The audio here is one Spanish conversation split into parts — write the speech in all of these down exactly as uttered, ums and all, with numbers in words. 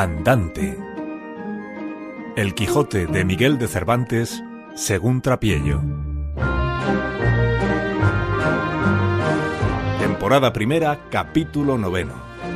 Andante. El Quijote de Miguel de Cervantes, según Trapiello. Temporada primera, capítulo noveno.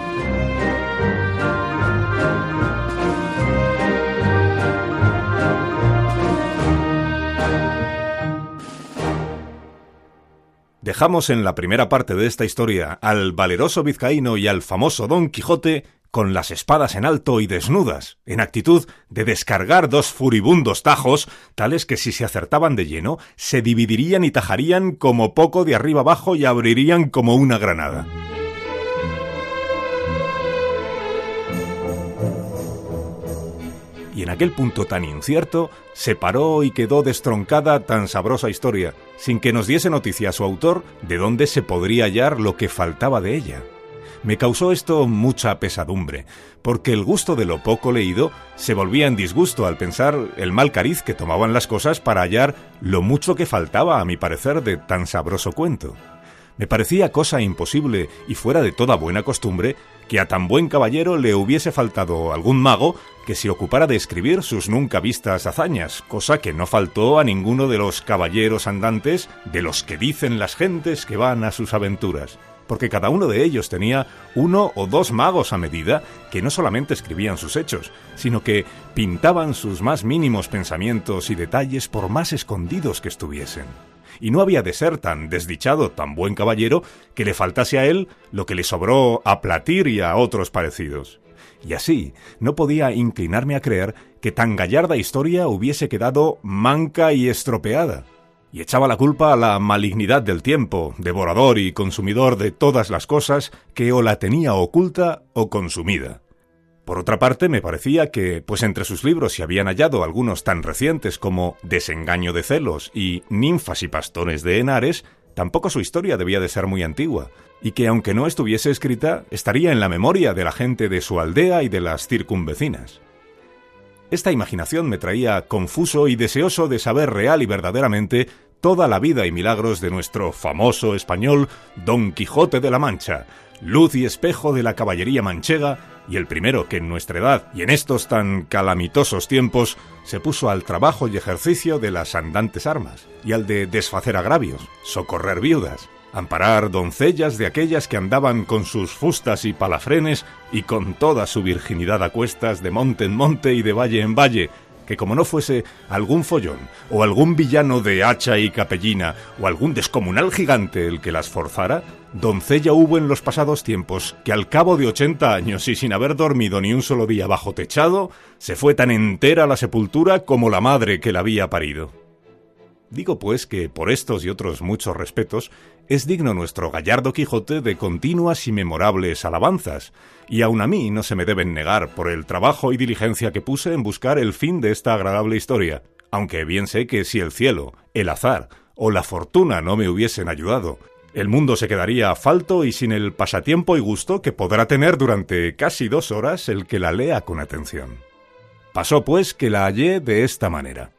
Dejamos en la primera parte de esta historia al valeroso vizcaíno y al famoso Don Quijote con las espadas en alto y desnudas, en actitud de descargar dos furibundos tajos, tales que si se acertaban de lleno, se dividirían y tajarían como poco de arriba abajo y abrirían como una granada. Y en aquel punto tan incierto, se paró y quedó destroncada tan sabrosa historia, sin que nos diese noticia su autor de dónde se podría hallar lo que faltaba de ella. Me causó esto mucha pesadumbre, porque el gusto de lo poco leído se volvía en disgusto al pensar el mal cariz que tomaban las cosas para hallar lo mucho que faltaba, a mi parecer, de tan sabroso cuento. Me parecía cosa imposible y fuera de toda buena costumbre que a tan buen caballero le hubiese faltado algún mago que se ocupara de escribir sus nunca vistas hazañas, cosa que no faltó a ninguno de los caballeros andantes de los que dicen las gentes que van a sus aventuras, porque cada uno de ellos tenía uno o dos magos a medida que no solamente escribían sus hechos, sino que pintaban sus más mínimos pensamientos y detalles por más escondidos que estuviesen. Y no había de ser tan desdichado, tan buen caballero, que le faltase a él lo que le sobró a Platir y a otros parecidos. Y así, no podía inclinarme a creer que tan gallarda historia hubiese quedado manca y estropeada. Y echaba la culpa a la malignidad del tiempo, devorador y consumidor de todas las cosas, que o la tenía oculta o consumida. Por otra parte, me parecía que, pues entre sus libros se habían hallado algunos tan recientes como Desengaño de celos y Ninfas y pastores de Henares, tampoco su historia debía de ser muy antigua, y que aunque no estuviese escrita, estaría en la memoria de la gente de su aldea y de las circunvecinas. Esta imaginación me traía confuso y deseoso de saber real y verdaderamente toda la vida y milagros de nuestro famoso español Don Quijote de la Mancha, luz y espejo de la caballería manchega, y el primero que en nuestra edad y en estos tan calamitosos tiempos se puso al trabajo y ejercicio de las andantes armas, y al de desfacer agravios, socorrer viudas, amparar doncellas de aquellas que andaban con sus fustas y palafrenes y con toda su virginidad a cuestas de monte en monte y de valle en valle, que como no fuese algún follón, o algún villano de hacha y capellina, o algún descomunal gigante el que las forzara, doncella hubo en los pasados tiempos que al cabo de ochenta años y sin haber dormido ni un solo día bajo techado, se fue tan entera a la sepultura como la madre que la había parido. Digo pues que por estos y otros muchos respetos es digno nuestro gallardo Quijote de continuas y memorables alabanzas, y aun a mí no se me deben negar por el trabajo y diligencia que puse en buscar el fin de esta agradable historia, aunque bien sé que si el cielo, el azar o la fortuna no me hubiesen ayudado, el mundo se quedaría falto y sin el pasatiempo y gusto que podrá tener durante casi dos horas el que la lea con atención. Pasó pues que la hallé de esta manera.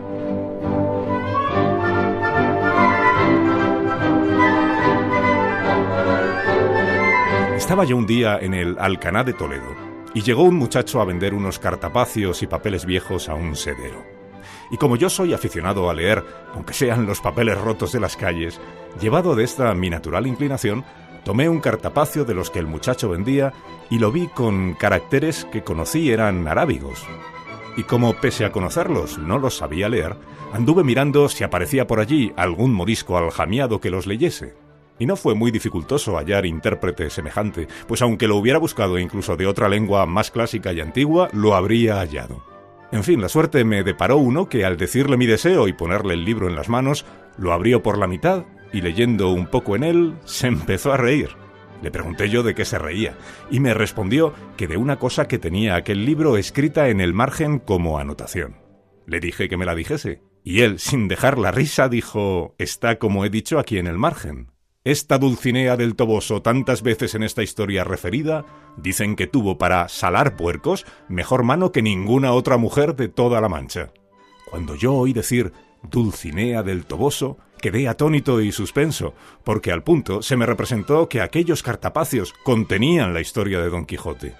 Estaba yo un día en el Alcaná de Toledo, y llegó un muchacho a vender unos cartapacios y papeles viejos a un sedero. Y como yo soy aficionado a leer, aunque sean los papeles rotos de las calles, llevado de esta mi natural inclinación, tomé un cartapacio de los que el muchacho vendía y lo vi con caracteres que conocí eran arábigos. Y como pese a conocerlos no los sabía leer, anduve mirando si aparecía por allí algún morisco aljamiado que los leyese. Y no fue muy dificultoso hallar intérprete semejante, pues aunque lo hubiera buscado incluso de otra lengua más clásica y antigua, lo habría hallado. En fin, la suerte me deparó uno que al decirle mi deseo y ponerle el libro en las manos, lo abrió por la mitad y leyendo un poco en él, se empezó a reír. Le pregunté yo de qué se reía, y me respondió que de una cosa que tenía aquel libro escrita en el margen como anotación. Le dije que me la dijese, y él, sin dejar la risa, dijo: «Está como he dicho aquí en el margen. Esta Dulcinea del Toboso, tantas veces en esta historia referida, dicen que tuvo para salar puercos mejor mano que ninguna otra mujer de toda la Mancha». Cuando yo oí decir Dulcinea del Toboso, quedé atónito y suspenso, porque al punto se me representó que aquellos cartapacios contenían la historia de Don Quijote.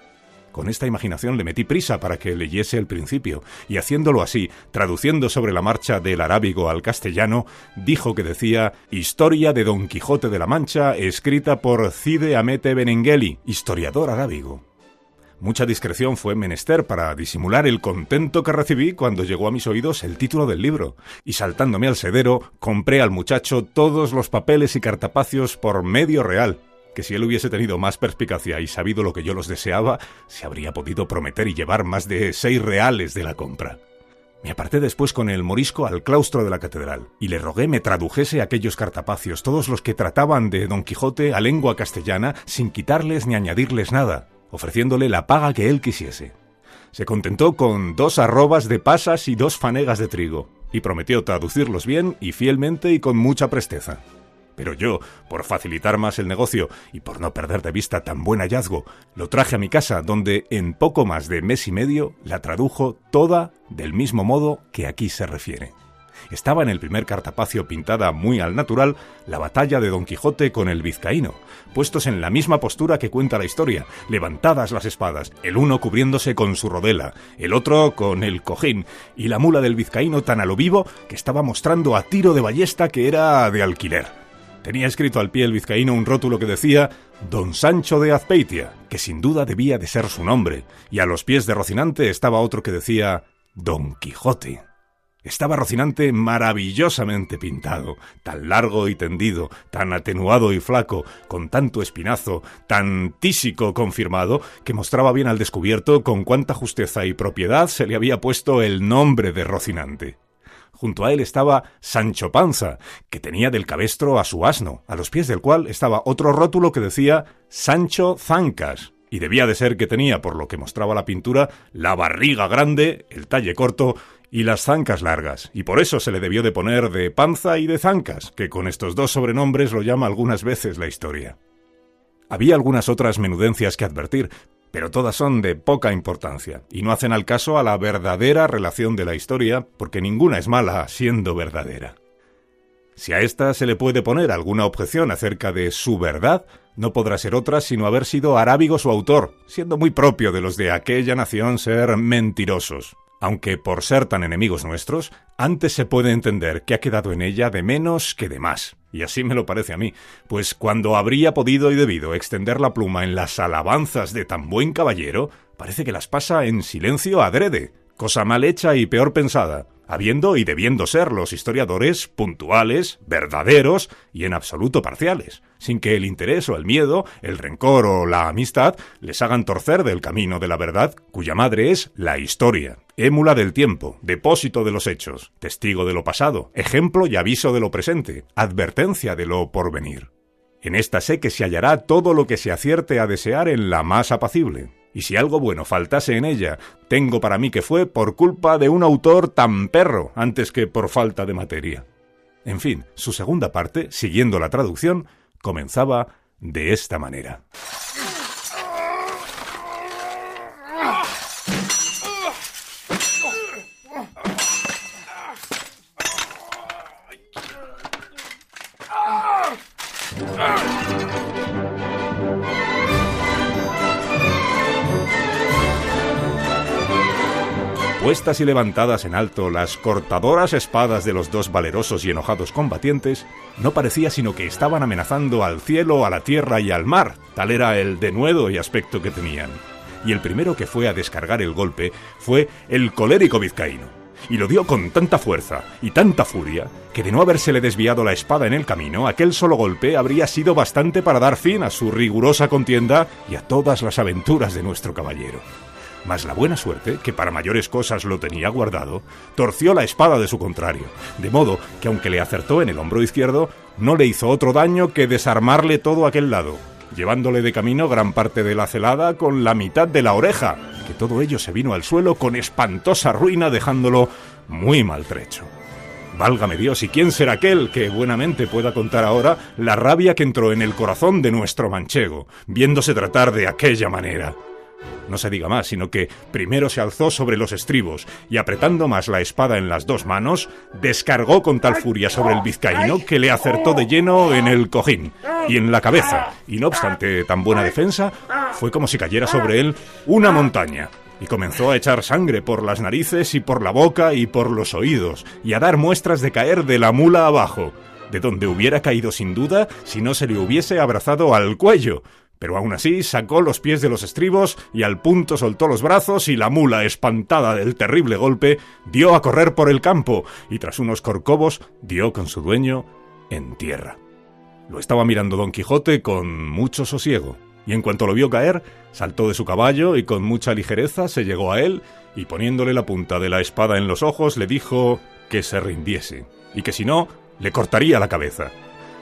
Con esta imaginación le metí prisa para que leyese el principio, y haciéndolo así, traduciendo sobre la marcha del arábigo al castellano, dijo que decía «Historia de Don Quijote de la Mancha, escrita por Cide Hamete Benengeli, historiador arábigo». Mucha discreción fue menester para disimular el contento que recibí cuando llegó a mis oídos el título del libro, y saltándome al sedero, compré al muchacho todos los papeles y cartapacios por medio real, que si él hubiese tenido más perspicacia y sabido lo que yo los deseaba, se habría podido prometer y llevar más de seis reales de la compra. Me aparté después con el morisco al claustro de la catedral, y le rogué me tradujese aquellos cartapacios, todos los que trataban de Don Quijote a lengua castellana, sin quitarles ni añadirles nada, ofreciéndole la paga que él quisiese. Se contentó con dos arrobas de pasas y dos fanegas de trigo, y prometió traducirlos bien y fielmente y con mucha presteza. Pero yo, por facilitar más el negocio y por no perder de vista tan buen hallazgo, lo traje a mi casa, donde en poco más de mes y medio la tradujo toda del mismo modo que aquí se refiere. Estaba en el primer cartapacio pintada muy al natural la batalla de Don Quijote con el vizcaíno, puestos en la misma postura que cuenta la historia, levantadas las espadas, el uno cubriéndose con su rodela, el otro con el cojín, y la mula del vizcaíno tan a lo vivo que estaba mostrando a tiro de ballesta que era de alquiler. Tenía escrito al pie el vizcaíno un rótulo que decía «Don Sancho de Azpeitia», que sin duda debía de ser su nombre, y a los pies de Rocinante estaba otro que decía «Don Quijote». Estaba Rocinante maravillosamente pintado, tan largo y tendido, tan atenuado y flaco, con tanto espinazo, tan tísico confirmado, que mostraba bien al descubierto con cuánta justeza y propiedad se le había puesto el nombre de Rocinante. Junto a él estaba Sancho Panza, que tenía del cabestro a su asno, a los pies del cual estaba otro rótulo que decía Sancho Zancas, y debía de ser que tenía, por lo que mostraba la pintura, la barriga grande, el talle corto y las zancas largas, y por eso se le debió de poner de Panza y de Zancas, que con estos dos sobrenombres lo llama algunas veces la historia. Había algunas otras menudencias que advertir, pero todas son de poca importancia, y no hacen al caso a la verdadera relación de la historia, porque ninguna es mala siendo verdadera. Si a esta se le puede poner alguna objeción acerca de su verdad, no podrá ser otra sino haber sido arábigo su autor, siendo muy propio de los de aquella nación ser mentirosos. Aunque por ser tan enemigos nuestros, antes se puede entender que ha quedado en ella de menos que de más. Y así me lo parece a mí, pues cuando habría podido y debido extender la pluma en las alabanzas de tan buen caballero, parece que las pasa en silencio adrede, cosa mal hecha y peor pensada, habiendo y debiendo ser los historiadores puntuales, verdaderos y en absoluto parciales, sin que el interés o el miedo, el rencor o la amistad les hagan torcer del camino de la verdad, cuya madre es la historia, émula del tiempo, depósito de los hechos, testigo de lo pasado, ejemplo y aviso de lo presente, advertencia de lo porvenir. En esta sé que se hallará todo lo que se acierte a desear en la más apacible. Y si algo bueno faltase en ella, tengo para mí que fue por culpa de un autor tan perro antes que por falta de materia. En fin, su segunda parte, siguiendo la traducción, comenzaba de esta manera. Puestas y levantadas en alto las cortadoras espadas de los dos valerosos y enojados combatientes, no parecía sino que estaban amenazando al cielo, a la tierra y al mar, tal era el denuedo y aspecto que tenían. Y el primero que fue a descargar el golpe fue el colérico vizcaíno, y lo dio con tanta fuerza y tanta furia, que de no habérsele desviado la espada en el camino, aquel solo golpe habría sido bastante para dar fin a su rigurosa contienda y a todas las aventuras de nuestro caballero. Mas la buena suerte, que para mayores cosas lo tenía guardado, torció la espada de su contrario, de modo que aunque le acertó en el hombro izquierdo, no le hizo otro daño que desarmarle todo aquel lado, llevándole de camino gran parte de la celada con la mitad de la oreja, que todo ello se vino al suelo con espantosa ruina, dejándolo muy maltrecho. Válgame Dios, ¿y quién será aquel que buenamente pueda contar ahora la rabia que entró en el corazón de nuestro manchego, viéndose tratar de aquella manera? No se diga más, sino que primero se alzó sobre los estribos y, apretando más la espada en las dos manos, descargó con tal furia sobre el vizcaíno que le acertó de lleno en el cojín y en la cabeza, y no obstante tan buena defensa, fue como si cayera sobre él una montaña, y comenzó a echar sangre por las narices y por la boca y por los oídos, y a dar muestras de caer de la mula abajo, de donde hubiera caído sin duda si no se le hubiese abrazado al cuello. Pero aún así sacó los pies de los estribos y al punto soltó los brazos, y la mula, espantada del terrible golpe, dio a correr por el campo y tras unos corcovos dio con su dueño en tierra. Lo estaba mirando Don Quijote con mucho sosiego, y en cuanto lo vio caer, saltó de su caballo y con mucha ligereza se llegó a él y poniéndole la punta de la espada en los ojos le dijo que se rindiese y que si no, le cortaría la cabeza.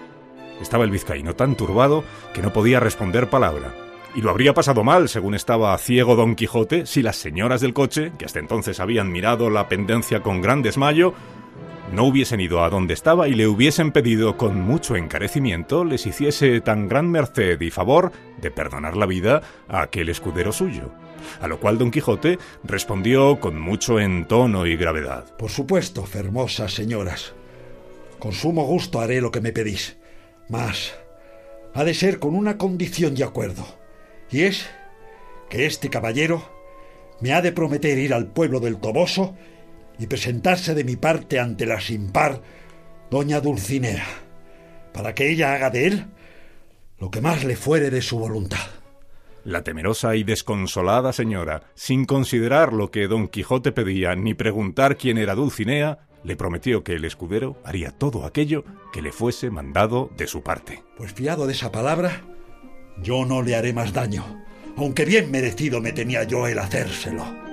Estaba el vizcaíno tan turbado que no podía responder palabra, y lo habría pasado mal, según estaba ciego Don Quijote, si las señoras del coche, que hasta entonces habían mirado la pendencia con gran desmayo, no hubiesen ido a donde estaba y le hubiesen pedido con mucho encarecimiento les hiciese tan gran merced y favor de perdonar la vida a aquel escudero suyo. A lo cual Don Quijote respondió con mucho entono y gravedad: Por supuesto, fermosas señoras, con sumo gusto haré lo que me pedís. Mas ha de ser con una condición de acuerdo, y es que este caballero me ha de prometer ir al pueblo del Toboso y presentarse de mi parte ante la sin par doña Dulcinea, para que ella haga de él lo que más le fuere de su voluntad. La temerosa y desconsolada señora, sin considerar lo que Don Quijote pedía ni preguntar quién era Dulcinea, le prometió que el escudero haría todo aquello que le fuese mandado de su parte. Pues fiado de esa palabra, yo no le haré más daño, aunque bien merecido me tenía yo el hacérselo.